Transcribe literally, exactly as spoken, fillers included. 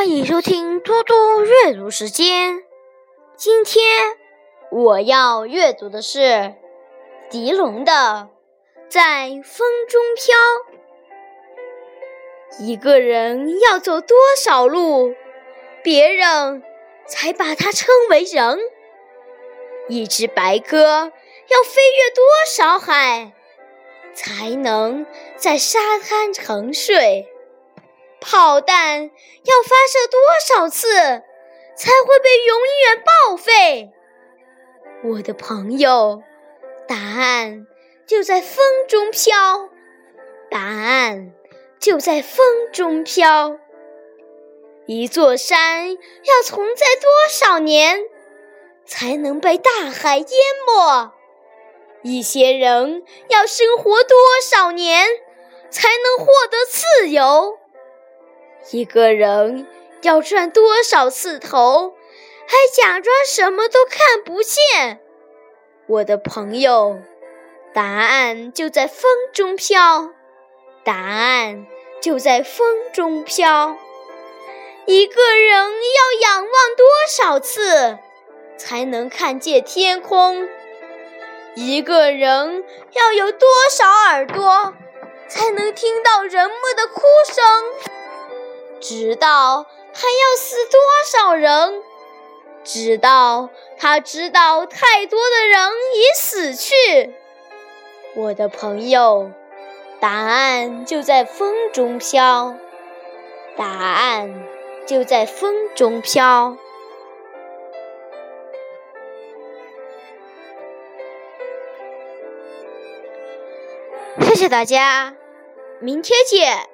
欢迎收听多多阅读时间。今天我要阅读的是狄龙的《在风中飘》。一个人要走多少路，别人才把他称为人？一只白鸽要飞越多少海，才能在沙滩沉睡？炮弹要发射多少次，才会被永远报废？我的朋友，答案就在风中飘，答案就在风中飘。一座山要存在多少年，才能被大海淹没？一些人要生活多少年，才能获得自由？一个人要转多少次头，还假装什么都看不见？我的朋友，答案就在风中飘，答案就在风中飘。一个人要仰望多少次，才能看见天空？一个人要有多少耳朵，才能听到人们的哭声？直到他要死多少人？直到他知道太多的人已死去？我的朋友，答案就在风中飘，答案就在风中飘。谢谢大家，明天见。